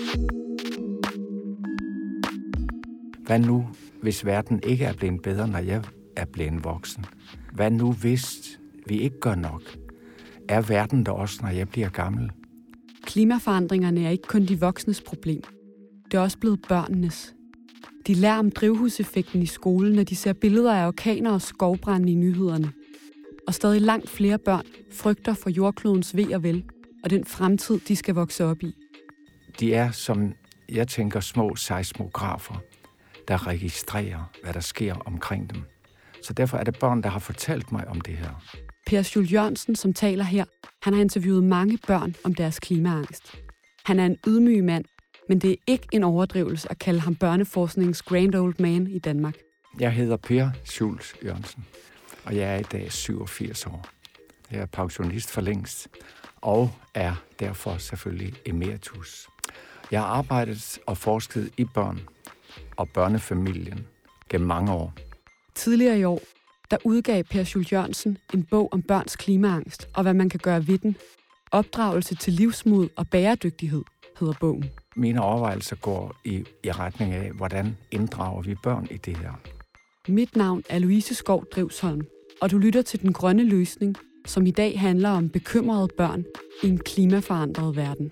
Hvad nu, hvis verden ikke er blevet bedre, når jeg er blevet voksen? Hvad nu, hvis vi ikke gør nok? Er verden der også, når jeg bliver gammel? Klimaforandringerne er ikke kun de voksnes problem. Det er også blevet børnenes. De lærer om drivhuseffekten i skolen, når de ser billeder af orkaner og skovbrande i nyhederne. Og stadig langt flere børn frygter for jordklodens ve og vel, og den fremtid, de skal vokse op i. De er, som jeg tænker, små seismografer, der registrerer, hvad der sker omkring dem. Så derfor er det børn, der har fortalt mig om det her. Per Schultz Jørgensen, som taler her, han har interviewet mange børn om deres klimaangst. Han er en ydmyg mand, men det er ikke en overdrivelse at kalde ham børneforskningens grand old man i Danmark. Jeg hedder Per Schultz Jørgensen, og jeg er i dag 87 år. Jeg er pensionist for længst, og er derfor selvfølgelig emeritus. Jeg har arbejdet og forsket i børn og børnefamilien gennem mange år. Tidligere i år, der udgav Per Schultz Jørgensen en bog om børns klimaangst og hvad man kan gøre ved den. Opdragelse til livsmod og bæredygtighed hedder bogen. Mine overvejelser går i retning af, hvordan inddrager vi børn i det her. Mit navn er Louise Skov Drivsholm, og du lytter til Den Grønne Løsning, som i dag handler om bekymrede børn i en klimaforandret verden.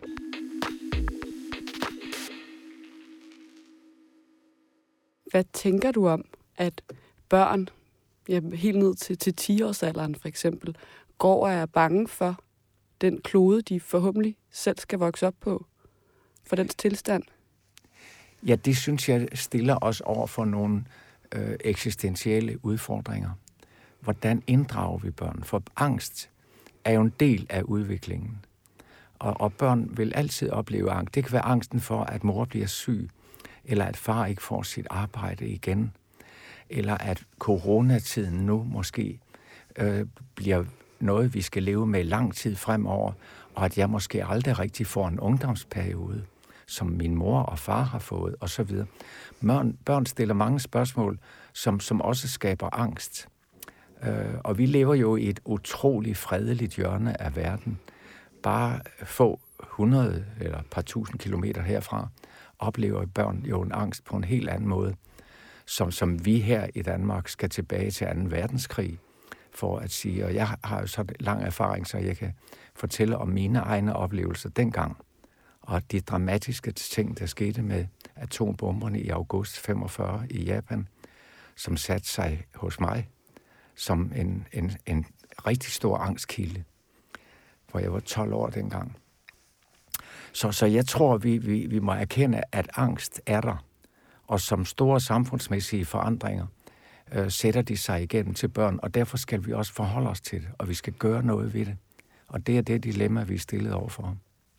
Hvad tænker du om, at børn, helt ned til 10-årsalderen for eksempel, går og er bange for den klode, de forhåbentlig selv skal vokse op på, for dens tilstand? Ja, det synes jeg stiller os over for nogle eksistentielle udfordringer. Hvordan inddrager vi børn? For angst er jo en del af udviklingen. Og børn vil altid opleve angst. Det kan være angsten for, at mor bliver syg, eller at far ikke får sit arbejde igen, eller at coronatiden nu måske bliver noget, vi skal leve med lang tid fremover, og at jeg måske aldrig rigtig får en ungdomsperiode, som min mor og far har fået, osv. Børn stiller mange spørgsmål, som også skaber angst. Og vi lever jo i et utroligt fredeligt hjørne af verden. Bare få 100 eller et par tusind kilometer herfra, oplever børn jo en angst på en helt anden måde, som vi her i Danmark skal tilbage til 2. verdenskrig for at sige. Og jeg har jo så lang erfaring, så jeg kan fortælle om mine egne oplevelser dengang. Og de dramatiske ting, der skete med atombomberne i august 45 i Japan, som satte sig hos mig som en rigtig stor angstkilde, hvor jeg var 12 år dengang. Så jeg tror, vi må erkende, at angst er der, og som store samfundsmæssige forandringer sætter de sig igennem til børn, og derfor skal vi også forholde os til det, og vi skal gøre noget ved det. Og det er det dilemma, vi er stillet overfor.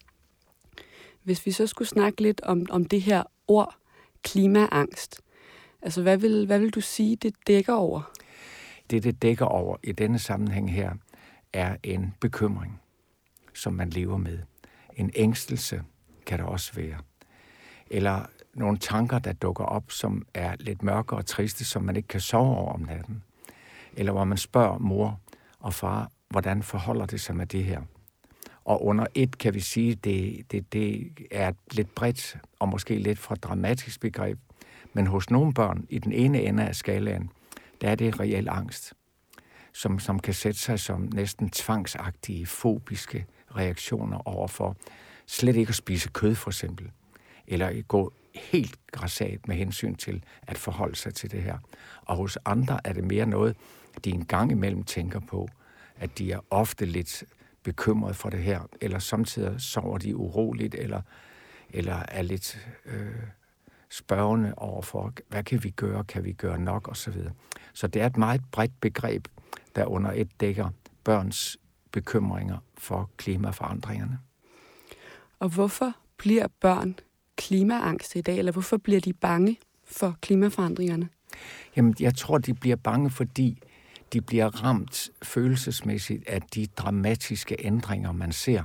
Hvis vi så skulle snakke lidt om det her ord, klimaangst, altså hvad vil du sige, det dækker over? Det dækker over i denne sammenhæng her, er en bekymring, som man lever med. En ængstelse kan der også være. Eller nogle tanker, der dukker op, som er lidt mørke og triste, som man ikke kan sove over om natten. Eller hvor man spørger mor og far, hvordan forholder det sig med det her? Og under et kan vi sige, det er et lidt bredt og måske lidt for dramatisk begreb. Men hos nogle børn i den ene ende af skalaen, der er det reel angst, som kan sætte sig som næsten tvangsagtige, fobiske reaktioner overfor slet ikke at spise kød for eksempel, eller gå helt grassat med hensyn til at forholde sig til det her. Og hos andre er det mere noget, de en gang imellem tænker på, at de er ofte lidt bekymret for det her, eller samtidig sover de uroligt, eller er lidt spørgende overfor, hvad kan vi gøre nok, osv. Så det er et meget bredt begreb, der under et dækker børns bekymringer for klimaforandringerne. Og hvorfor bliver børn klimaangst i dag, eller hvorfor bliver de bange for klimaforandringerne? Jamen, jeg tror, de bliver bange, fordi de bliver ramt følelsesmæssigt af de dramatiske ændringer, man ser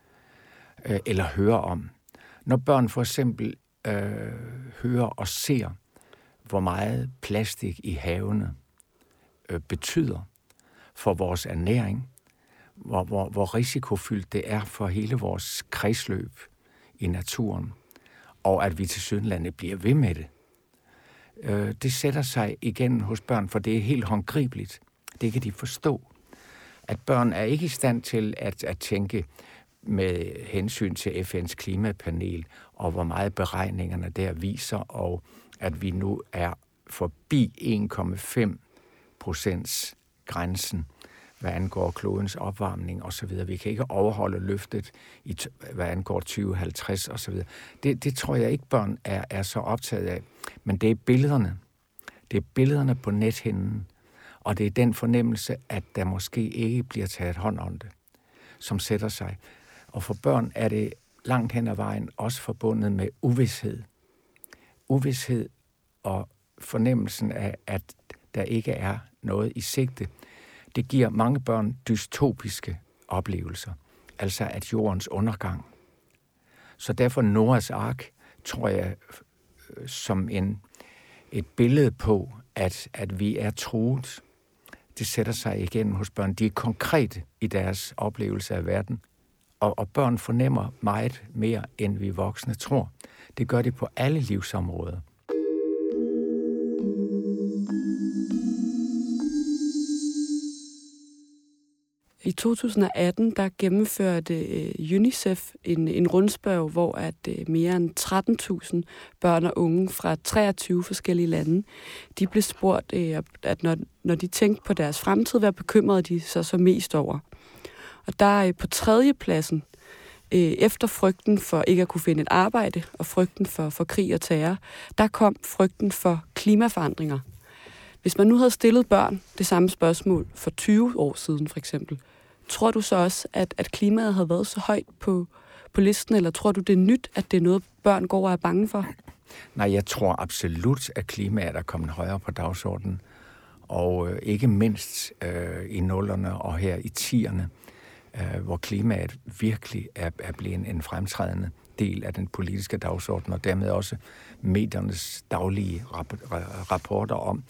eller hører om. Når børn for eksempel hører og ser, hvor meget plastik i havene betyder for vores ernæring, hvor risikofyldt det er for hele vores kredsløb i naturen, og at vi tilsyneladende bliver ved med det. Det sætter sig igen hos børn, for det er helt håndgribeligt. Det kan de forstå. At børn er ikke i stand til at tænke med hensyn til FN's klimapanel, og hvor meget beregningerne der viser, og at vi nu er forbi 1,5% grænsen, hvad angår klodens opvarmning osv. Vi kan ikke overholde løftet, hvad angår 2050 osv. Det tror jeg ikke, børn er så optaget af. Men det er billederne. Det er billederne på nethinden, og det er den fornemmelse, at der måske ikke bliver taget hånd om det, som sætter sig. Og for børn er det langt hen ad vejen også forbundet med uvished. Uvished og fornemmelsen af, at der ikke er noget i sigte. Det giver mange børn dystopiske oplevelser, altså at jordens undergang. Så derfor Noahs ark, tror jeg, som et billede på, at vi er truet. Det sætter sig igennem hos børn. De er konkrete i deres oplevelse af verden, og børn fornemmer meget mere, end vi voksne tror. Det gør det på alle livsområder. I 2018 der gennemførte UNICEF en rundspørg, hvor at mere end 13.000 børn og unge fra 23 forskellige lande, de blev spurgt, at når de tænkte på deres fremtid, hvad bekymrede de sig så mest over. Og der på tredjepladsen, efter frygten for ikke at kunne finde et arbejde og frygten for krig og terror, der kom frygten for klimaforandringer. Hvis man nu havde stillet børn det samme spørgsmål for 20 år siden for eksempel, tror du så også, at klimaet havde været så højt på listen, eller tror du, det er nyt, at det er noget, børn går og er bange for? Nej, jeg tror absolut, at klimaet er kommet højere på dagsordenen, og ikke mindst i 0'erne og her i 10'erne, hvor klimaet virkelig er blevet en fremtrædende del af den politiske dagsorden, og dermed også mediernes daglige rapporter om,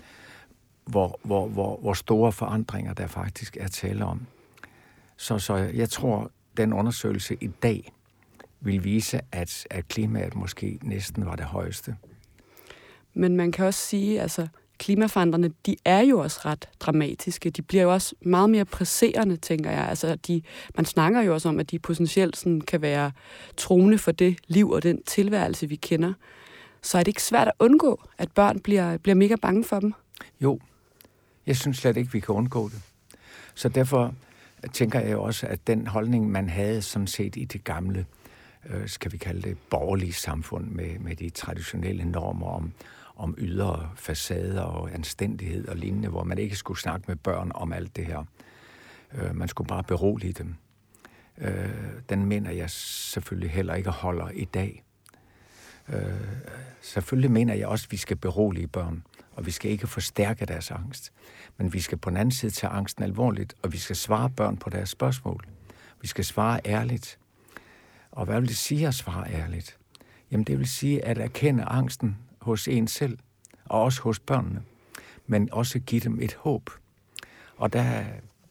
hvor store forandringer der faktisk er tale om. Så jeg tror, den undersøgelse i dag vil vise, at klimaet måske næsten var det højeste. Men man kan også sige, altså klimaforandringerne, de er jo også ret dramatiske. De bliver jo også meget mere presserende, tænker jeg. Altså man snakker jo også om, at de potentielt sådan kan være truende for det liv og den tilværelse, vi kender. Så er det ikke svært at undgå, at børn bliver mega bange for dem? Jo, jeg synes slet ikke, vi kan undgå det. Så derfor tænker jeg jo også, at den holdning, man havde sådan set i det gamle, skal vi kalde det borgerlige samfund, med de traditionelle normer om ydre facader og anstændighed og lignende, hvor man ikke skulle snakke med børn om alt det her. Man skulle bare berolige dem. Den mener jeg selvfølgelig heller ikke holder i dag. Selvfølgelig mener jeg også, at vi skal berolige børn, og vi skal ikke forstærke deres angst. Men vi skal på den anden side tage angsten alvorligt, og vi skal svare børn på deres spørgsmål. Vi skal svare ærligt. Og hvad vil det sige at svare ærligt? Jamen det vil sige at erkende angsten hos en selv, og også hos børnene, men også give dem et håb. Og der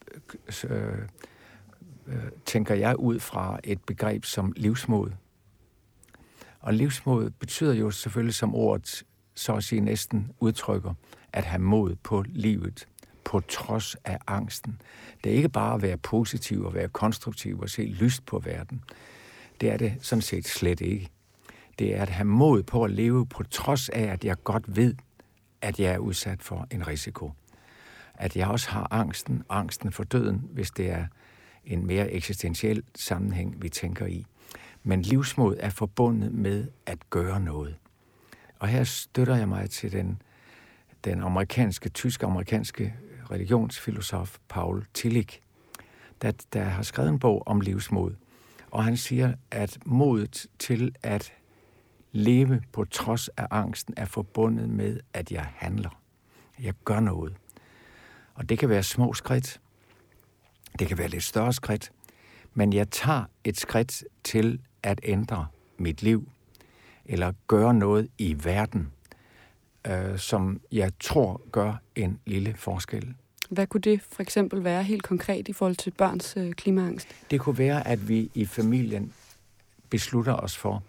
tænker jeg ud fra et begreb som livsmod. Og livsmod betyder jo selvfølgelig, som ordet så at sige næsten udtrykker, at have mod på livet, på trods af angsten. Det er ikke bare at være positiv og være konstruktiv og se lyst på verden. Det er det sådan set slet ikke. Det er at have mod på at leve på trods af, at jeg godt ved, at jeg er udsat for en risiko. At jeg også har angsten for døden, hvis det er en mere eksistentiel sammenhæng, vi tænker i. Men livsmod er forbundet med at gøre noget. Og her støtter jeg mig til den tysk-amerikanske religionsfilosof Paul Tillich, der har skrevet en bog om livsmod. Og han siger, at modet til at leve på trods af angsten er forbundet med, at jeg handler. Jeg gør noget. Og det kan være små skridt. Det kan være lidt større skridt. Men jeg tager et skridt til at ændre mit liv, eller gøre noget i verden, som jeg tror gør en lille forskel. Hvad kunne det for eksempel være helt konkret i forhold til børns klimaangst? Det kunne være, at vi i familien beslutter os for,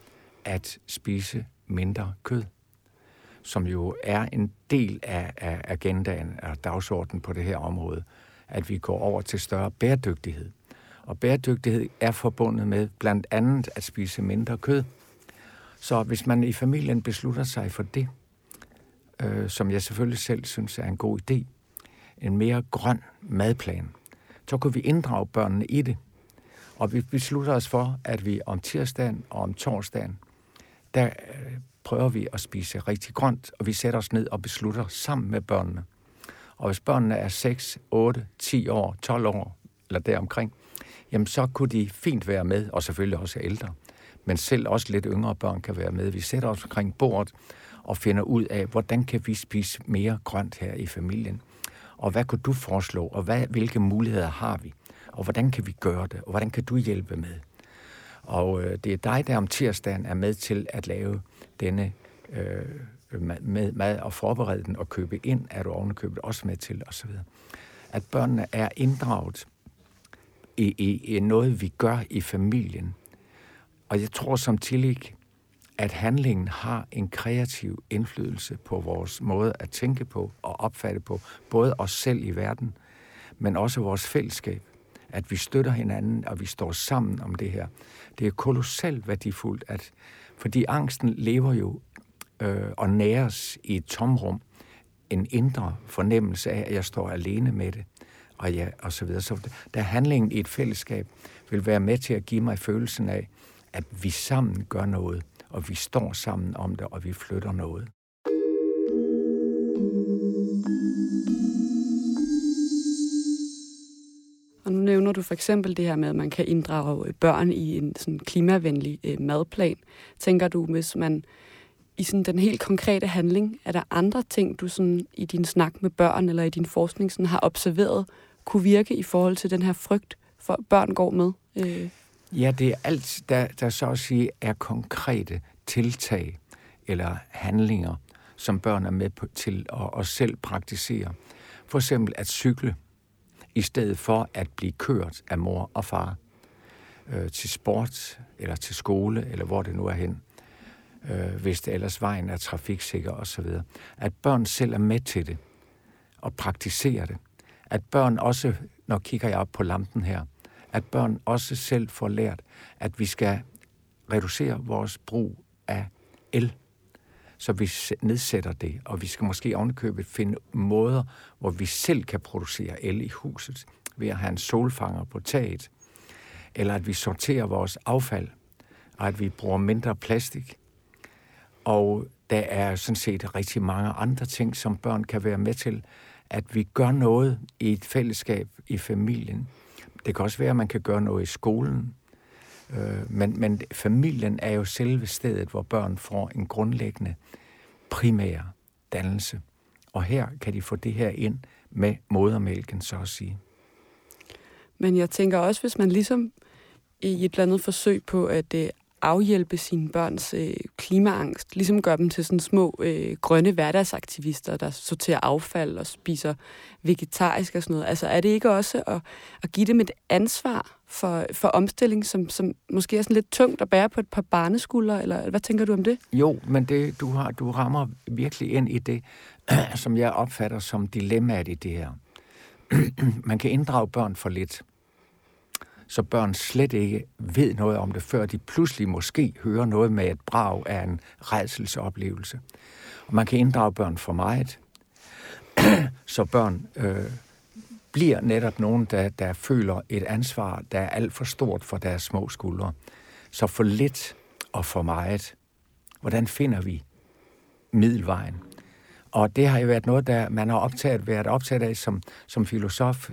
at spise mindre kød, som jo er en del af agendaen og dagsordenen på det her område, at vi går over til større bæredygtighed. Og bæredygtighed er forbundet med blandt andet at spise mindre kød. Så hvis man i familien beslutter sig for det, som jeg selvfølgelig selv synes er en god idé, en mere grøn madplan, så kunne vi inddrage børnene i det. Og vi beslutter os for, at vi om tirsdagen og om torsdagen, der prøver vi at spise rigtig grønt, og vi sætter os ned og beslutter sammen med børnene. Og hvis børnene er 6, 8, 10 år, 12 år eller deromkring, jamen så kunne de fint være med, og selvfølgelig også ældre. Men selv også lidt yngre børn kan være med. Vi sætter os omkring bordet og finder ud af, hvordan kan vi spise mere grønt her i familien. Og hvad kunne du foreslå, og hvilke muligheder har vi? Og hvordan kan vi gøre det, og hvordan kan du hjælpe med? Og det er dig, der om tirsdagen er med til at lave denne med mad og forberede den og købe ind, er du ovenikøbet også med til, osv. At børnene er inddraget i noget, vi gør i familien. Og jeg tror som tillæg, at handlingen har en kreativ indflydelse på vores måde at tænke på og opfatte på, både os selv i verden, men også vores fællesskab. At vi støtter hinanden, og vi står sammen om det her. Det er kolossalt værdifuldt, fordi angsten lever jo og næres i et tomrum, en indre fornemmelse af, at jeg står alene med det, og så videre. Så der handlingen i et fællesskab vil være med til at give mig følelsen af, at vi sammen gør noget, og vi står sammen om det, og vi flytter noget. Og nu nævner du for eksempel det her med, at man kan inddrage børn i en sådan klimavenlig madplan. Tænker du, hvis man i sådan den helt konkrete handling, er der andre ting, du sådan i din snak med børn eller i din forskning sådan har observeret, kunne virke i forhold til den her frygt, for børn går med? Ja, det er alt, der så at sige er konkrete tiltag eller handlinger, som børn er med til at selv praktisere. For eksempel at cykle, i stedet for at blive kørt af mor og far til sport eller til skole, eller hvor det nu er hen, hvis det ellers vejen er trafiksikker osv. At børn selv er med til det og praktiserer det. At børn også, når kigger jeg op på lampen her, at børn også selv får lært, at vi skal reducere vores brug af el, så vi nedsætter det, og vi skal måske ovenikøbet finde måder, hvor vi selv kan producere el i huset, ved at have en solfanger på taget, eller at vi sorterer vores affald, og at vi bruger mindre plastik. Og der er sådan set rigtig mange andre ting, som børn kan være med til, at vi gør noget i et fællesskab i familien. Det kan også være, at man kan gøre noget i skolen, men familien er jo selve stedet, hvor børn får en grundlæggende primær dannelse. Og her kan de få det her ind med modermælken, så at sige. Men jeg tænker også, hvis man ligesom i et eller andet forsøg på at afhjælpe sine børns klimaangst, ligesom gør dem til sådan små grønne hverdagsaktivister, der sorterer affald og spiser vegetarisk og sådan noget. Altså er det ikke også at give dem et ansvar for omstilling, som måske er sådan lidt tungt at bære på et par barneskuldre, eller hvad tænker du om det? Jo, men du rammer virkelig ind i det, som jeg opfatter som dilemmaet i det her. Man kan inddrage børn for lidt, så børn slet ikke ved noget om det, før de pludselig måske hører noget med et brag af en rædselsoplevelse. Og man kan inddrage børn for meget, så børn bliver netop nogen, der føler et ansvar, der er alt for stort for deres små skuldre. Så for lidt og for meget. Hvordan finder vi middelvejen? Og det har jo været noget, der man har været optaget af som filosof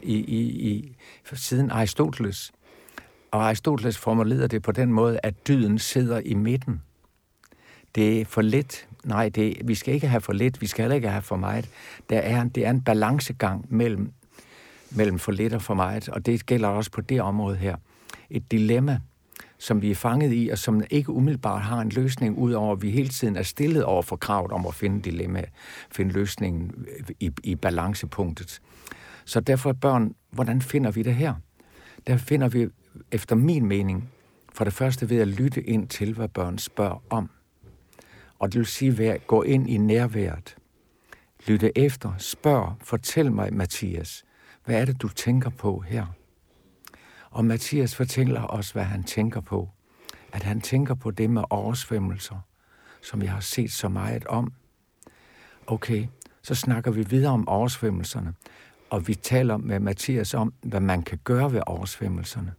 siden Aristoteles. Og Aristoteles formulerede det på den måde, at dyden sidder i midten. Det er for lidt. Nej, vi skal ikke have for lidt, vi skal heller ikke have for meget. Det er en balancegang mellem for lidt og for meget, og det gælder også på det område her. Et dilemma, som vi er fanget i, og som ikke umiddelbart har en løsning, udover at vi hele tiden er stillet over for kravet om at finde løsningen i balancepunktet. Så derfor børn, hvordan finder vi det her? Der finder vi efter min mening For det første ved at lytte ind til, hvad børn spørger om. Og det vil sige, at gå ind i nærværet. Lytte efter, spørg, fortæl mig, Mathias, hvad er det, du tænker på her? Og Mathias fortæller os, hvad han tænker på. At han tænker på det med oversvømmelser, som jeg har set så meget om. Okay, så snakker vi videre om oversvømmelserne, og vi taler med Mathias om, hvad man kan gøre ved oversvømmelserne.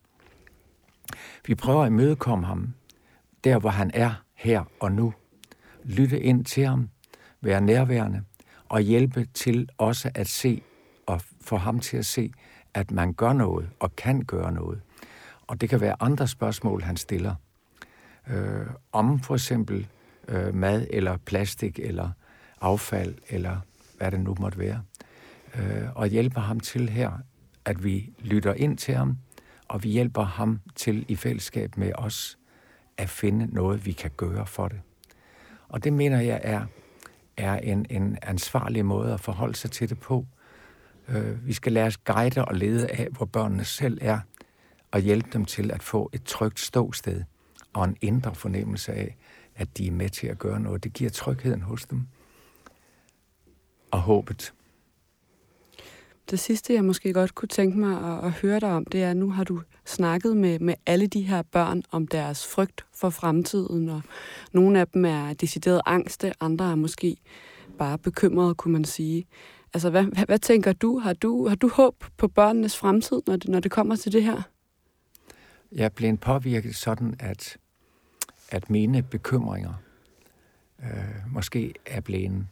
Vi prøver at imødekomme ham, der hvor han er her og nu. Lytte ind til ham, være nærværende, og hjælpe til også at se, og få ham til at se, at man gør noget, og kan gøre noget. Og det kan være andre spørgsmål, han stiller. Om for eksempel mad, eller plastik, eller affald, eller hvad det nu måtte være. Og hjælper ham til her, at vi lytter ind til ham, og vi hjælper ham til i fællesskab med os at finde noget, vi kan gøre for det. Og det mener jeg er en ansvarlig måde at forholde sig til det på. Vi skal lade os guide og lede af, hvor børnene selv er, og hjælpe dem til at få et trygt ståsted og en indre fornemmelse af, at de er med til at gøre noget. Det giver trygheden hos dem og håbet. Det sidste, jeg måske godt kunne tænke mig at høre dig om, det er, nu har du snakket med alle de her børn om deres frygt for fremtiden, og nogle af dem er decideret angste, andre er måske bare bekymrede, kunne man sige. Altså, hvad tænker du? Har du håb på børnenes fremtid, når det kommer til det her? Jeg er blevet påvirket sådan, at mine bekymringer måske er blevet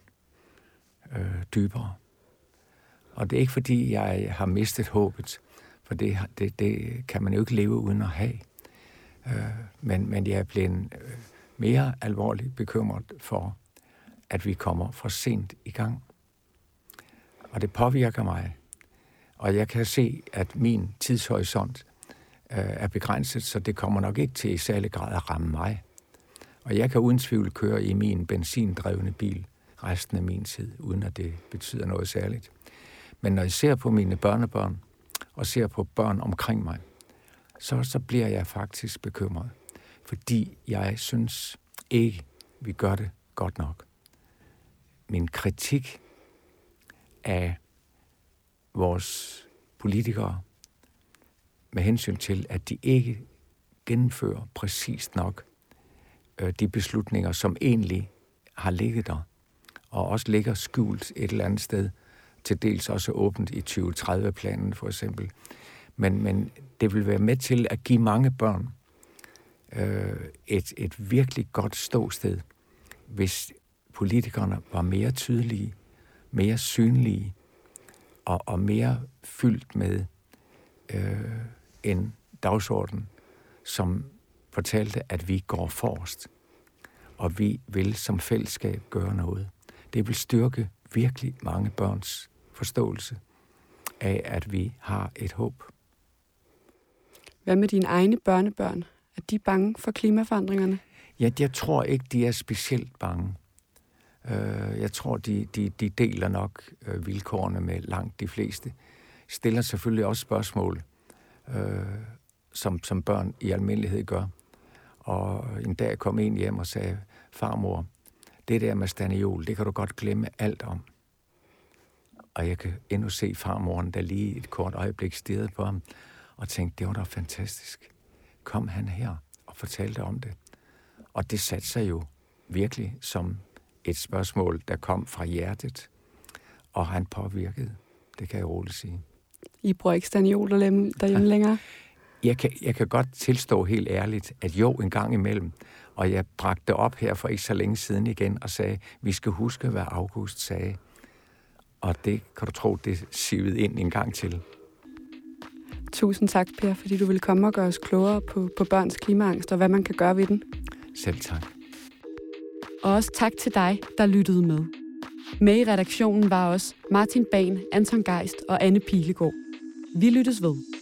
dybere. Og det er ikke, fordi jeg har mistet håbet, for det kan man jo ikke leve uden at have. Men jeg er blevet mere alvorligt bekymret for, at vi kommer for sent i gang. Og det påvirker mig. Og jeg kan se, at min tidshorisont er begrænset, så det kommer nok ikke til i særlig grad at ramme mig. Og jeg kan uden tvivl køre i min benzindrevne bil resten af min tid, uden at det betyder noget særligt. Men når jeg ser på mine børnebørn, og ser på børn omkring mig, så bliver jeg faktisk bekymret. Fordi jeg synes ikke, vi gør det godt nok. Min kritik af vores politikere, med hensyn til, at de ikke gennemfører præcist nok de beslutninger, som egentlig har ligget der, og også ligger skjult et eller andet sted, til dels også åbent i 2030-planen for eksempel. Men det vil være med til at give mange børn et virkelig godt ståsted, hvis politikerne var mere tydelige, mere synlige og mere fyldt med en dagsorden, som fortalte, at vi går forrest, og vi vil som fællesskab gøre noget. Det vil styrke virkelig mange børns forståelse af, at vi har et håb. Hvad med dine egne børnebørn? Er de bange for klimaforandringerne? Ja, jeg tror ikke, de er specielt bange. Jeg tror, de deler nok vilkårene med langt de fleste. Stiller selvfølgelig også spørgsmål, som børn i almindelighed gør. Og en dag kom en hjem og sagde, farmor, det der med staniol, det kan du godt glemme alt om. Og jeg kan endnu se farmoren, der lige et kort øjeblik stirrede på ham, og tænkte, det var da fantastisk. Kom han her og fortalte om det. Og det satte sig jo virkelig som et spørgsmål, der kom fra hjertet, og han påvirkede. Det kan jeg roligt sige. I bruger ikke staniol derhjemme længere? Jeg kan godt tilstå helt ærligt, at jo, en gang imellem, og jeg bragte det op her for ikke så længe siden igen og sagde, vi skal huske, hvad August sagde. Og det kan du tro, det sivede ind en gang til. Tusind tak, Per, fordi du ville komme og gøre os klogere på børns klimaangst og hvad man kan gøre ved den. Selv tak. Og også tak til dig, der lyttede med. Med i redaktionen var også Martin Bahn, Anton Geist og Anne Pilegaard. Vi lyttes ved.